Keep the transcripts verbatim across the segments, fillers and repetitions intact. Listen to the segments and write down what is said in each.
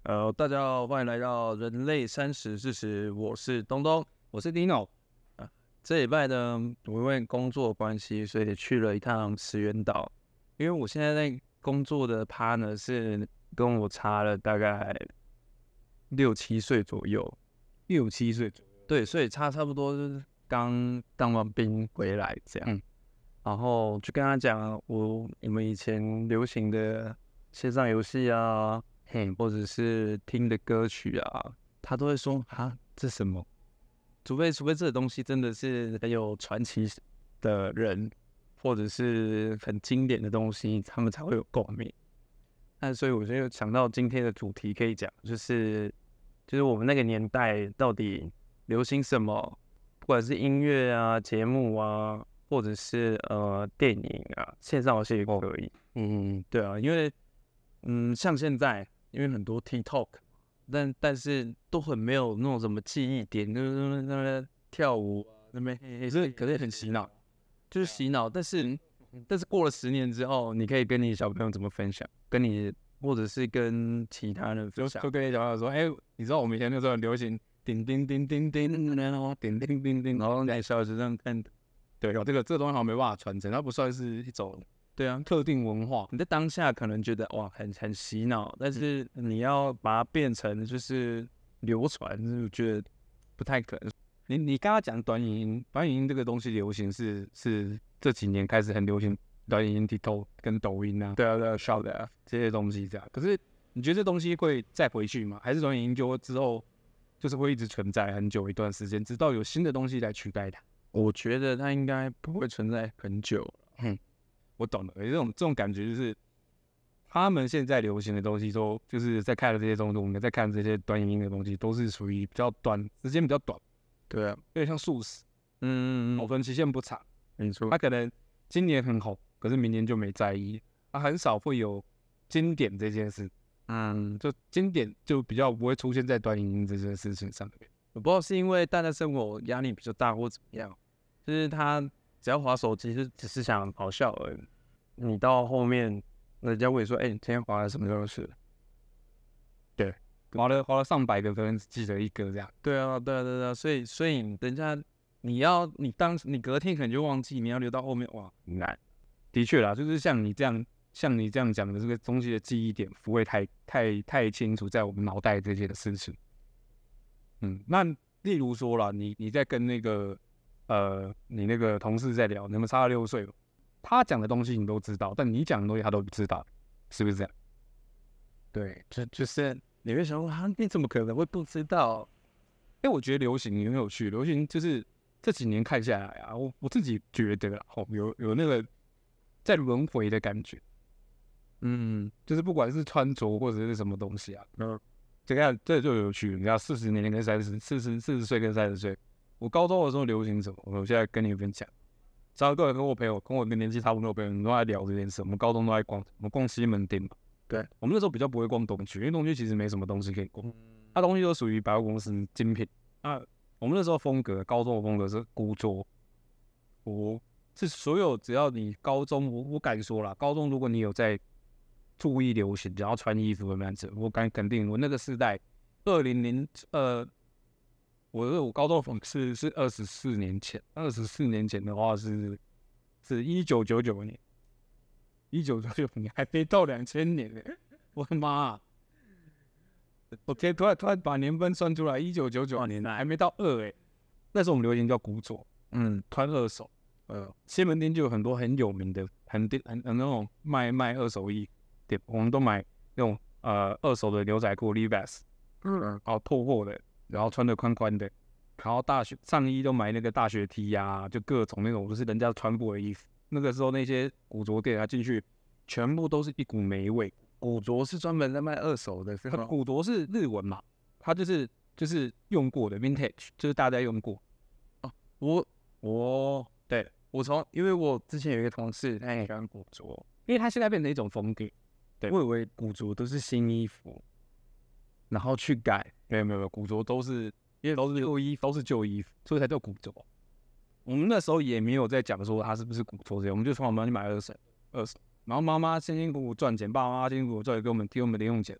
呃，大家好，欢迎来到人类三十四十，我是东东， 我是 Dino。 啊。这礼拜呢，我因为工作关系，所以去了一趟石原岛。因为我现在在工作的 partner 是跟我差了大概六七岁左右， 六七岁左右， 对，所以差差不多就是刚当完兵回来这样。 嗯然后就跟他讲我我们以前流行的线上游戏啊， 嘿， 或者是听的歌曲啊，他都会说啊，这什么？除非除非这个东西真的是很有传奇的人，或者是很经典的东西，他们才会有共鸣。那所以我就想到今天的主题可以讲，就是就是我们那个年代到底流行什么，不管是音乐啊、节目啊，或者是呃电影啊、线上游戏也可以。 嗯嗯对啊，因为嗯，像现在因为很多 TikTok，但但是都很没有那种什么记忆点，就是那边跳舞啊，那边嘿嘿可是可是很洗脑， 就是洗脑。但是但是过了十年之后，你可以跟你小朋友怎么分享，跟你或者是跟其他人分享就就。跟你讲说，哎、你知道我们以前那时候很流行叮叮叮叮叮，然后叮叮叮叮， 然后在小学生看， 对，这个这个东西好像没办法传承，它不算是一种对啊， 特定文化。 你在当下可能觉得哇很很洗脑，但是你要把它变成就是流传，就是我觉得不太可能。 你你刚刚讲短影音，短影音这个东西流行是是这几年开始很流行，短影音、TikTok 跟抖音啊， 对啊，对啊，笑的啊。 这些东西这样。可是你觉得这东西会再回去吗？还是短影音就之后就是会一直存在很久一段时间，直到有新的东西来取代它？ 我觉得它应该不会存在很久。 嗯，我懂了，这种这种感觉就是，他们现在流行的东西都就是在看的这些东西，我们在看这些短影音的东西，都是属于比较短时间比较短， 对啊， 有点像素食， 嗯嗯嗯， 保存期限不长。 没错他。可能今年很红，可是明年就没在意，他很少会有经典这件事， 嗯， 就经典就比较不会出现在短影音这件事情上面。 我不知道是因为大家生活压力比较大，或怎么样，就是他只要滑手机，就只是想好笑而已。你到后面，人家会说：“哎、欸，你今天滑了什么东西？” 对，花了花了上百个，可能只记得一个这样。 对啊，对啊，对啊，所以所以人家你要你当你隔天可能就忘记，你要留到后面，哇，很难。 的确啦，就是像你这样，像你这样讲的这个东西的记忆点不会太太太清楚在我们脑袋这些的事情。嗯，那例如说啦，你你在跟那个呃你那个同事在聊，你们差了六岁，他讲的东西你都知道，但你讲的东西他都不知道，是不是这样？ 对，就就是你会想说啊，你怎么可能会不知道？ 哎，我觉得流行也很有趣，流行就是这几年看下来啊，我我自己觉得啦，哦，有有那个在轮回的感觉， 嗯就是不管是穿着或者是什么东西啊， 嗯， 这个这就有趣。你要四十年跟三十，四十四十岁跟三十岁，我高中的时候流行什么，我现在跟你分享。只要各位跟我朋友，跟我跟年纪差不多的朋友，你都在聊这件事。我们高中都在逛，我们逛西门町嘛。 对， 我们那时候比较不会逛东区，因为东区其实没什么东西可以逛，它东西都属于百货公司精品。那我们那时候风格，高中的风格是古着，我是所有只要你高中，我我敢说啦，高中如果你有在注意流行，然后穿衣服的样子，我敢肯定，我那个时代，二零零呃，我我高中风是是二十四年前，二十四年前的话是是一九九九年，一九九九年还没到两千年呢，我的妈、啊！我可以突然突然把年份算出来，一九九九年还没到二哎，那时候我们流行叫古着， 嗯， 穿二手，呃，西门町就有很多很有名的、很很很那种卖卖二手衣店，我们都买那种呃二手的牛仔裤 Levi's， 嗯， 然后破货的，然后穿的宽宽的，然后大学上衣都买那个大学 T 呀、啊，就各种那种就是人家穿过的衣服。那个时候那些古着店啊进去，全部都是一股霉味。 古着是专门在卖二手的，是吗？ 古着是日文嘛，它就是就是用过的 vintage，就是大家用过。 我我对， 我从因为我之前有一个同事，他也喜欢古着， 因为它现在变成一种风格。对， 我以为古着都是新衣服，然后去改， 没有没有没有，古着都是因为都是旧衣服，都是旧衣服，所以才叫古着。我们那时候也没有在讲说它是不是古着这些，我们就从我们去买二手二手，然后妈妈辛辛苦苦赚钱，爸爸妈妈辛辛苦苦赚钱给我们给我们零用钱，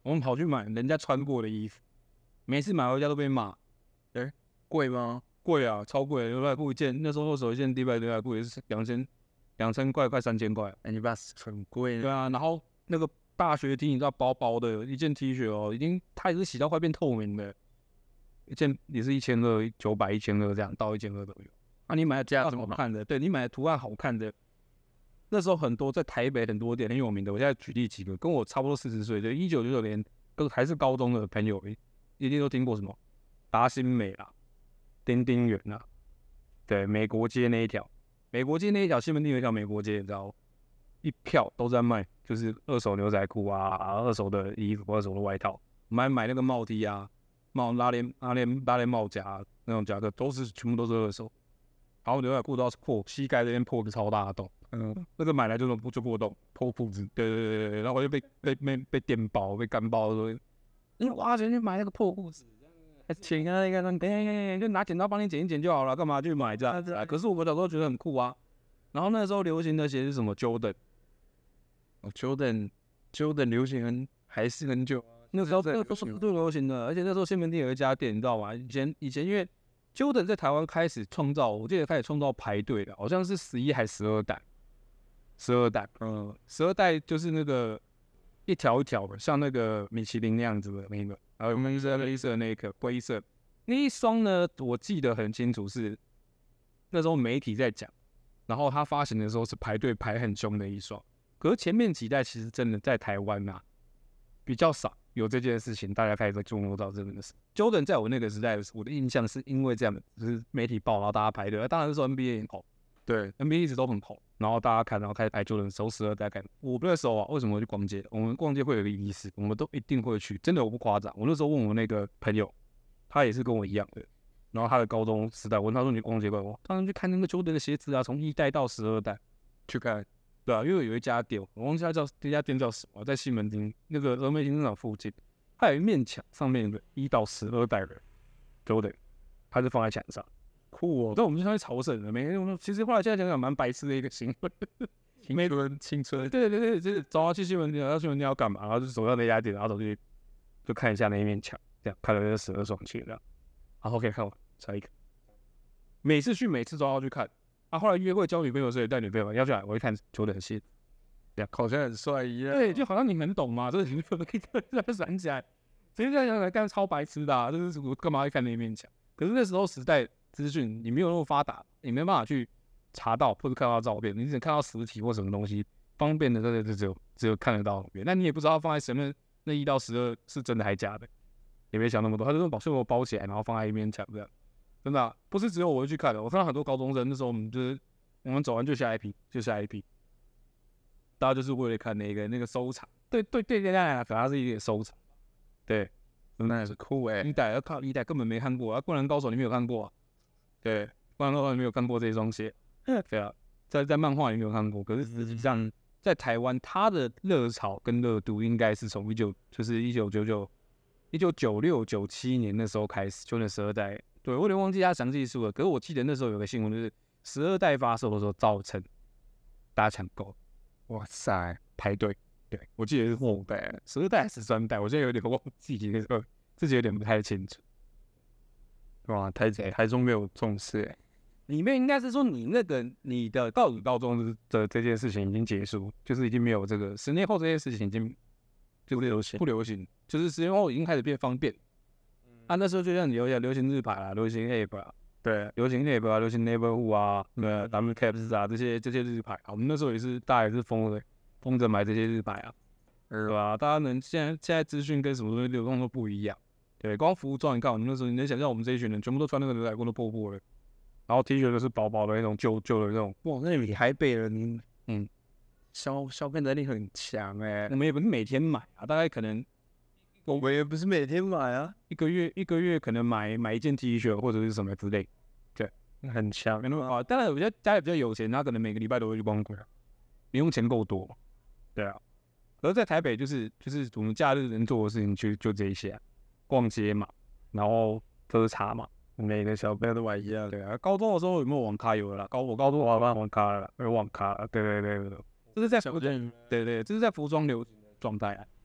我们跑去买人家穿过的衣服，每次买回家都被骂。 哎，贵吗？ 贵啊，超贵！牛仔裤一件，那时候二手一件迪拜牛仔裤也是两千两千块，快三千块。 哎，你把很贵。 对啊，然后那个大学 T 你知道薄薄的一件 T 恤哦，已经它也是洗到快变透明的，一件也是一千二、九百、一千二这样，到一千二都有。啊，你买的价值好看的，对你买的图案好看的，那时候很多在台北很多店很有名的，我现在举例几个，跟我差不多四十岁，就一九九九年跟还是高中的朋友，一定都听过什么达新美啦、丁丁园啦，对，美国街那一条，美国街那一条西门町有一条美国街，你知道，一票都在卖，就是二手牛仔裤啊、二手的衣服、二手的外套，买买那个帽 T 啊、帽拉链、拉链、拉链帽夹、啊、那种夹克，都是全部都是二手。然后牛仔裤都是破，膝盖这边破个超大的洞，嗯，那个买来就能就破洞，破裤子，对对对对，然后我就被被被被电爆，被干爆，说你花钱去买那个破裤子，钱啊，那个那就拿剪刀帮你剪一剪就好了，干嘛去买这样？啊，可是我小时候觉得很酷啊。然后那时候流行的鞋是什么 Jordan， 哦 Jordan Jordan 流行很还是很久啊， 那时候那都是最流行的，而且那时候西门町有一家店，你知道吗？以前以前因为Jordan 在台湾开始创造，我记得开始创造排队的，好像是十一还十二代，十二代，嗯，十二代就是那个一条一条的，像那个米其林那样子的那个，还有黑色、黑色那个灰色那一双呢，我记得很清楚是那时候媒体在讲，然后它发行的时候是排队排很凶的一双，可是前面几代其实真的在台湾啊比较少。有这件事情，大家开始注目到这个事。Jordan 在我那个时代，我的印象是因为这样的，就是媒体报，然后大家排队。当然那时候 N B A 很红，对 N B A 一直都很红，然后大家看，然后开始排 Jordan，收十二代看。我那时候啊，为什么会去逛街？我们逛街会有一个仪式，我们都一定会去，真的我不夸张。我那时候问我那个朋友，他也是跟我一样的，然后他的高中时代，我问他说你逛街逛吗？当然去看那个 Jordan 的鞋子啊，从一代到十二代去看。对啊，因为有一家店，我忘记它叫这家店叫什么，在西门町那个峨眉停车场附近，它有一面墙，上面有一到十二代的 Jordan， 它是放在墙上，酷哦。但我们就上去朝圣了，每天我们其实后来现在想想蛮白痴的一个行为， 青春青春， 对对对，就是走到去西门町，到西门町要干嘛？然后就走到那家店，然后走去就看一下那一面墙，这样看了那十二双鞋，这样，然后 OK 看完下一个，每次去每次都要去看。啊，后来约会交女朋友的时候也带女朋友要去来，我会看Jordan的鞋， 这样好像很帅一样。 对，就好像你很懂嘛，就是你可以突然闪起来，其实这样想起来干超白痴的、啊，就是我干嘛会看那一面墙？可是那时候时代资讯你没有那么发达，你没办法去查到或者看到照片，你只能看到实体或什么东西，方便的这就只有只有看得到，那你也不知道放在前面那一到十二是真的还假的，也没想那么多，他就把所有包起来，然后放在一面墙这样。真的、啊、不是只有我会去看的，我看到很多高中生，那时候我们就是我们走完就下一批，就下一批，大家就是为了看那个那个收藏，对对对，大家来讲，它是一个收藏，对， 那也是酷哎、欸。 一代要靠一代根本没看过啊，灌篮高手你没有看过啊，对，灌篮高手你没有看过这一双鞋，对啊，在在漫画里没有看过，可是实际上在台湾，它的热潮跟热度应该是从一九就是一九九九一九九六九七年那时候开始，就那十二代。对，我有点忘记他详细数了，可是我记得那时候有个新闻，就是十二代发售的时候造成大家抢购， 哇塞， 排队。对，我记得是后代，十二代还是十三代，我现在有点忘记那时候自己有点不太清楚。 哇，台台中没有重视哎、欸， 里面应该是说你那个你的到底高中的这件事情已经结束，就是已经没有这个十年后这件事情已经就不流行，不流行，就是十年后已经开始变方便。啊，那时候就像你流行流行日牌啦，流行 App 啊，对，流行 App 啊，流行 Neighborhood 啊，对 ，W Caps 啊，这些这些日牌啊，我们那时候也是大家也是疯了，疯着买这些日牌啊，对吧？大家能现在现在资讯跟什么东西流动都不一样，对，光服装你看，我们那时候你能想象我们这一群人全部都穿那个牛仔裤都破破了，然后 T 恤都是薄薄的那种旧旧的那种， 哇，那你台北人， 嗯， 消消费能力很强哎、欸， 我们也不是每天买啊，大概可能。 我们也不是每天买啊， 一个月一个月可能买买一件 T 恤或者是什么之类，对， 很强。 没那么好。当然有些家里比较有钱，他可能每个礼拜都会去逛街，零用钱够多，对啊。而在台北就是就是我们假日能做的事情就就这一些、啊，逛街嘛，然后喝茶嘛， 每个小朋友都玩一样。 对啊，高中的时候有没有网咖有了啦？高我高中我玩网咖了，有网咖了，对对对对，这是在服装，对对，这是在服装流行的状态啊。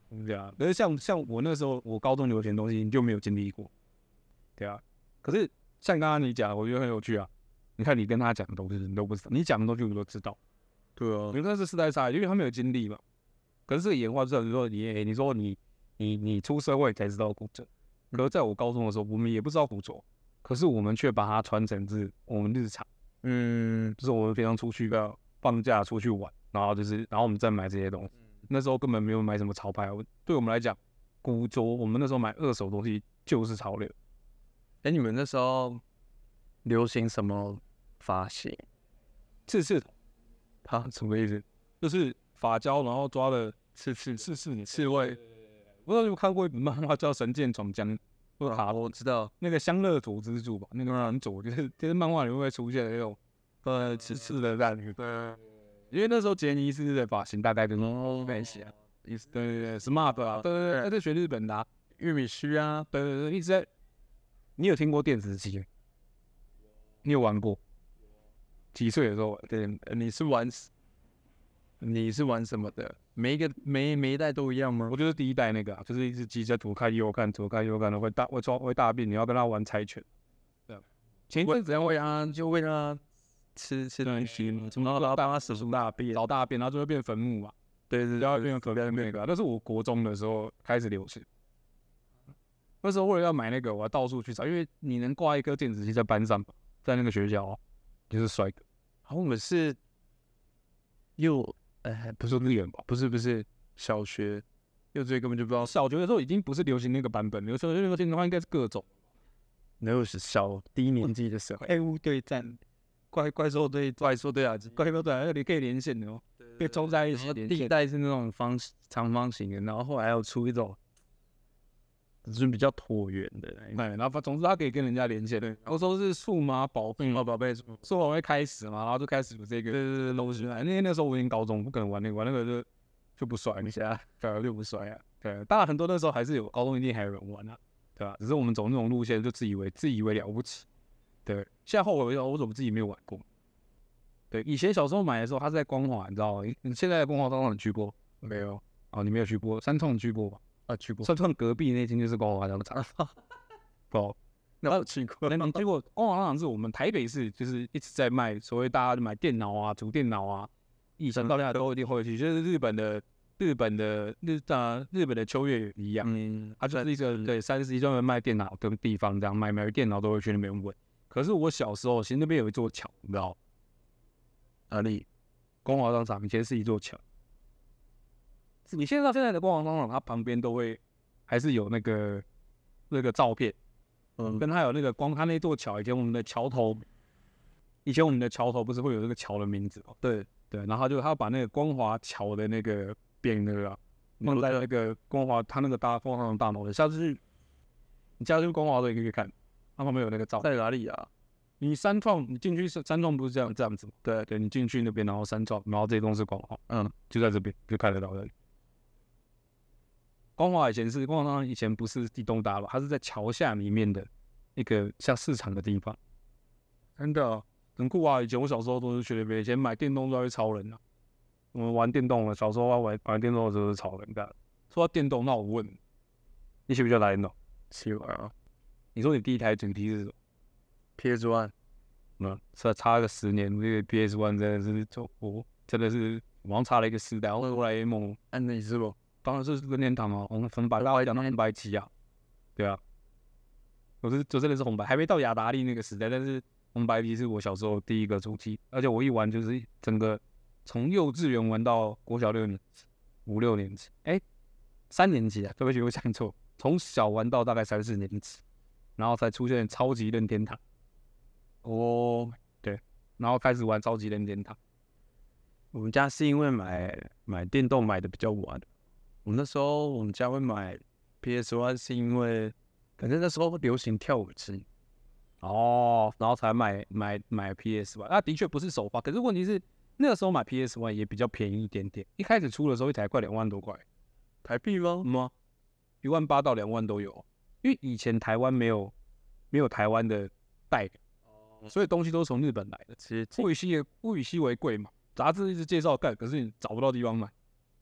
对啊。可是像像我那时候，我高中流行的东西你就没有经历过，对啊。可是像刚刚你讲的，我觉得很有趣啊。你看你跟他讲的东西你都不知道，你讲的东西我都知道。 对啊， 因为那是世代差异，因为他没有经历嘛。可是这个演化就是说你，你说你你你出社会才知道古着，可是在我高中的时候，我们也不知道古着，可是我们却把它传承至我们日常。 嗯， 就是我们平常出去要放假出去玩，然后就是然后我们再买这些东西。那时候根本没有买什么潮牌，对我们来讲，古着我们那时候买二手东西就是潮流。 哎，你们那时候流行什么发型？ 刺刺头， 它什么意思？ 就是发胶，然后抓了刺刺刺刺你刺猬。不知道有没有看过一本漫画叫《神剑闯江》，或者好，我知道那个香乐佐之助吧，那个男主就是就是漫画里面会出现的那种呃刺刺的男女。对，因为那时候杰尼斯的发型大概就是那些啊，对对对 ，smart 啊，对对对，他在学日本的、啊、 玉米须啊， 对对对，一直在。你有听过电子机？你有玩过？几岁的时候玩？ 对，你是玩你是玩什么的？每一个每每一代都一样吗？ 我就是第一代那个、啊，就是一只鸡在左看右看，左看右看的会大会抓会大便，你要跟他玩猜拳。对，前一阵子喂啊，就喂他吃吃东西，然后然后帮他使出大便， 找大便，然后就会变坟墓嘛。 对对， 然后变成可变那个、啊，那是我国中的时候开始流行。那时候为了要买那个，我还到处去找，因为你能挂一颗电子机在班上，在那个学校、啊，就是帅哥。 然后我们是幼，哎，不是幼稚园吧？ 不是不是小学，幼稚园根本就不知道。 小学的时候已经不是流行那个版本，流行流行的话应该是各种。 那又是小低年级的时候，怪物对战，怪怪兽对怪兽对打机， 怪兽对打，你可以连线的哦，可以装在一起。 第一代是那种方长方形的，然后后来又出一种。就是比较椭圆的， 对，然后总之它可以跟人家连线。对，然后说是数码宝贝， 哦，宝贝，数码宝贝开始嘛，然后就开始有这个东西来。因为那时候我已经高中，不可能玩那个，玩那个就就不帅，你想，对，就不帅啊。对，当然很多那时候还是有，高中一定还有人玩啊，对吧？只是我们走那种路线，就自以为自以为了不起。对，现在后悔我怎么自己没有玩过？对，以前小时候买的时候，它是在光华，你知道吗？你现在的光华商场你去过没有？哦，你没有去过，三创去过吧？ 啊，去过。 三创隔壁那间就是光华商场。哦， 那我去过。 那你结果光华商场是我们台北市就是一直在卖，所谓大家买电脑啊、主电脑啊，以前到现在都一定会去，就是日本的日本的日啊日本的秋叶原一样，嗯，它就是一个对三 C 专门卖电脑的地方，这样买买电脑都会去那边问。可是我小时候其实那边有一座桥，你知道哪里？光华商场以前是一座桥。你现在到现在的光华商场，它旁边都会还是有那个那个照片，嗯，跟它有那个光，它那座桥以前我们的桥头，以前我们的桥头不是会有这个桥的名字吗？对对，然后就他把那个光华桥的那个匾那个放在那个光华，他那个大光华商场大楼的，下次去你下次去光华都可以看，它旁边有那个照片。 在哪里啊？ 你三创，你进去是三创不是这样这样子吗？对对，你进去那边，然后三创，然后这栋是光华，嗯，就在这边就看得到的。光华以前是光华商场，以前不是一栋大楼，它是在桥下里面的一个像市场的地方。真的很酷啊！以前我小时候都是去那边，以前买电动都要去超人啊。我们玩电动了，小时候玩玩电动的时候是超人的。说到电动，那我问你喜不喜欢打电动？ 喜欢啊。 你说你第一台主机是什么 ？P S One。 嗯，差差个十年，这个 P S One 真的是就我真的是好像差了一个时代。然后后来梦， 按那你是不？ 当然是任天堂啊，红红白，大家讲到红白机啊，对啊，我是就真的是红白，还没到雅达利那个时代，但是红白机是我小时候第一个主机，而且我一玩就是整个从幼稚园玩到国小六年级、五六年级，哎、欸，三年级啊，对不起我讲错，从小玩到大概三四年级，然后才出现超级任天堂，哦，对，然后开始玩超级任天堂。 我们家是因为买买电动买的比较晚。我们那时候我们家会买 P S One 是因为，反正那时候流行跳舞机， 哦，然后才买买买 P S One。那的确不是首发，可是问题是那个时候买 P S One 也比较便宜一点点。一开始出的时候一台快两万多块台币吗？ 嗯吗？一万八到两万都有，因为以前台湾没有没有台湾的代理，所以东西都是从日本来的。其实物以稀物以稀为贵嘛，杂志一直介绍干，可是你找不到地方买。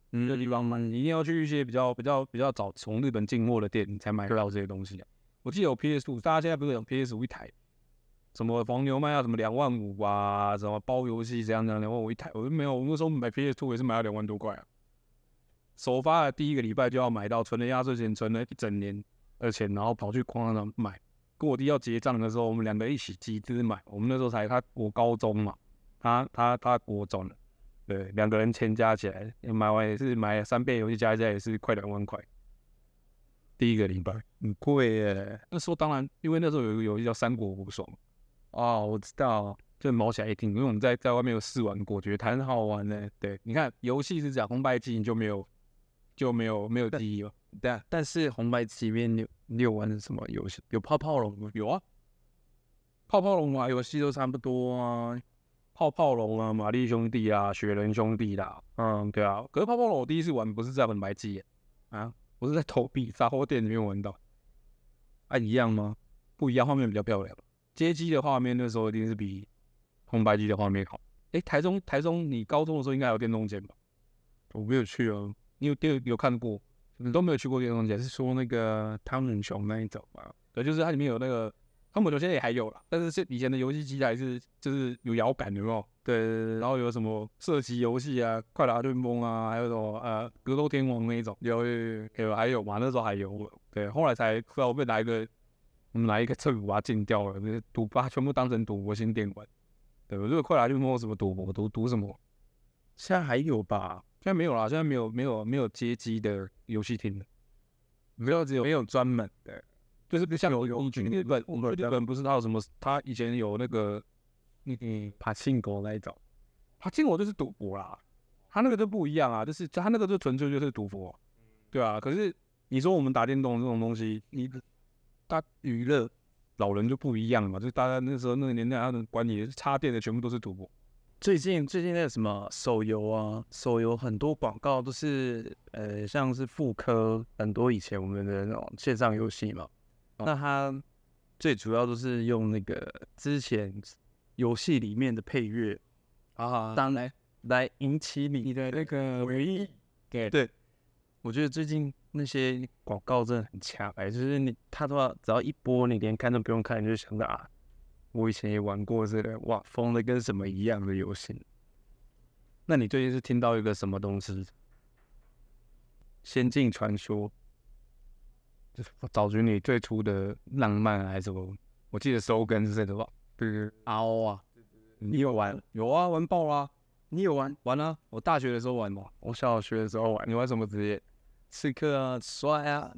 这地方买，你一定要去一些比较比较比较早从日本进货的店，你才买得到这些东西啊。我记得有 P S 五，大家现在不是有 P S 五一台，什么黄牛卖到什么两万五啊，什么包游戏这样这样两万五一台，我就没有，我那时候买 P S 五也是买到两万多块啊。首发的第一个礼拜就要买到，存了压岁钱，存了一整年的钱，然后跑去逛商场买。跟我弟要结账的时候，我们两个一起集资买。我们那时候才他我高中嘛，他他他国中了，对，两个人钱加起来买完也是买三倍游戏加起来也是快两万块。第一个礼拜很贵耶。 那时候当然，因为那时候有一个游戏叫《三国无双》， 哦，我知道， 就毛起来一听，因为我们在在外面有试玩过，觉得很好玩呢。对，你看游戏是讲红白机，你就没有就没有没有记忆了。 对啊，但是红白机里面你有你有玩什么游戏？有泡泡龙吗？ 有啊，泡泡龙啊，游戏都差不多啊。泡泡龙啊，玛丽兄弟啊，雪人兄弟啦，嗯，对啊。可是泡泡龙我第一次玩不是在红白机啊，我是在投币杂货店里面玩到。 啊，一样吗？ 不一样，画面比较漂亮。街机的画面那时候一定是比红白机的画面好。哎，台中台中，你高中的时候应该有电动间吧？ 我没有去哦， 你有有有看过？你都没有去过电动间？ 是说那个汤姆熊那一种吗？ 对，就是它里面有那个汤姆熊，现在也还有啦，但是是以前的游戏机还是就是有摇杆的，有没有？ 对对对， 然后有什么射击游戏啊，快打旋风啊，还有什么呃格斗天王那一种，有有有还有嘛？那时候还有，对，后来才不知道被哪一个我们哪一个政府把它禁掉了，就是赌把它全部当成赌博性电玩。对，如果快打旋风什么赌博赌赌什么？ 现在还有吧？ 现在没有啦，现在没有没有没有街机的游戏厅了， 没有只有没有专门的， 就是像有有日本我们日本不是他有什么？他以前有那个嗯爬庆狗那一种， 爬庆狗就是赌博啦，他那个就不一样啊，就是他那个就纯粹就是赌博，对啊。可是你说我们打电动这种东西，你大娱乐老人就不一样嘛，就是大家那时候那个年代，他们管你插电的全部都是赌博。 最近最近那个什么手游啊，手游很多广告都是呃像是复刻很多以前我们的那种线上游戏嘛，哦、那它最主要都是用那个之前游戏里面的配乐啊， 当来来引起你你的那个回忆。 对对，我觉得最近那些广告真的很强哎、欸，就是你它都要只要一播，你连看都不用看，你就想到啊。我以前也玩过这个，哇，疯的跟什么一样的游戏。 那你最近是听到一个什么东西？《 仙境传说》， 就是找寻你最初的浪漫还是什么？我记得收根是这个吧？ 对凹啊， 你有玩？有啊，玩爆啦！ 你有玩？ 玩啊！我大学的时候玩嘛， 我小学的时候玩。 你玩什么职业？ 刺客啊，帅啊。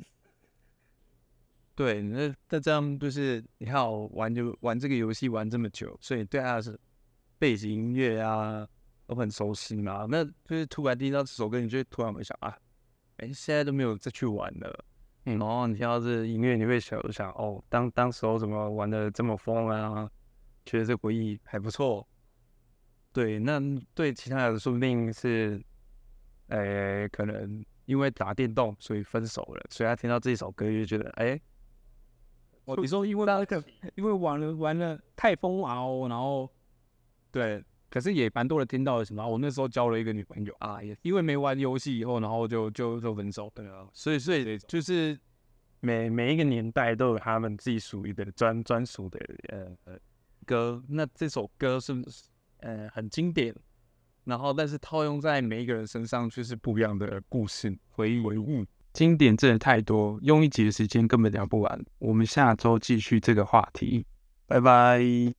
对，那那这样就是你看我玩就玩这个游戏玩这么久，所以对他的背景音乐啊都很熟悉嘛。那就是突然听到这首歌，你就会突然会想啊，哎，现在都没有再去玩了。嗯，然后你听到这音乐，你会想想哦，当当时候怎么玩的这么疯啊？觉得这回忆还不错。对，那对其他人说不定是，呃，可能因为打电动所以分手了，所以他听到这首歌就觉得，哎。 哦，你说因为那个，因为玩了玩了太疯熬，然后对，可是也蛮多人听到了什么？我那时候交了一个女朋友啊，也因为没玩游戏以后，然后就就就分手。对啊， 所以所以就是每每一个年代都有他们自己属于的专专属的呃歌。那这首歌是呃很经典，然后但是套用在每一个人身上却是不一样的故事回忆。回忆经典真的太多，用一集的时间根本聊不完。我们下周继续这个话题，拜拜。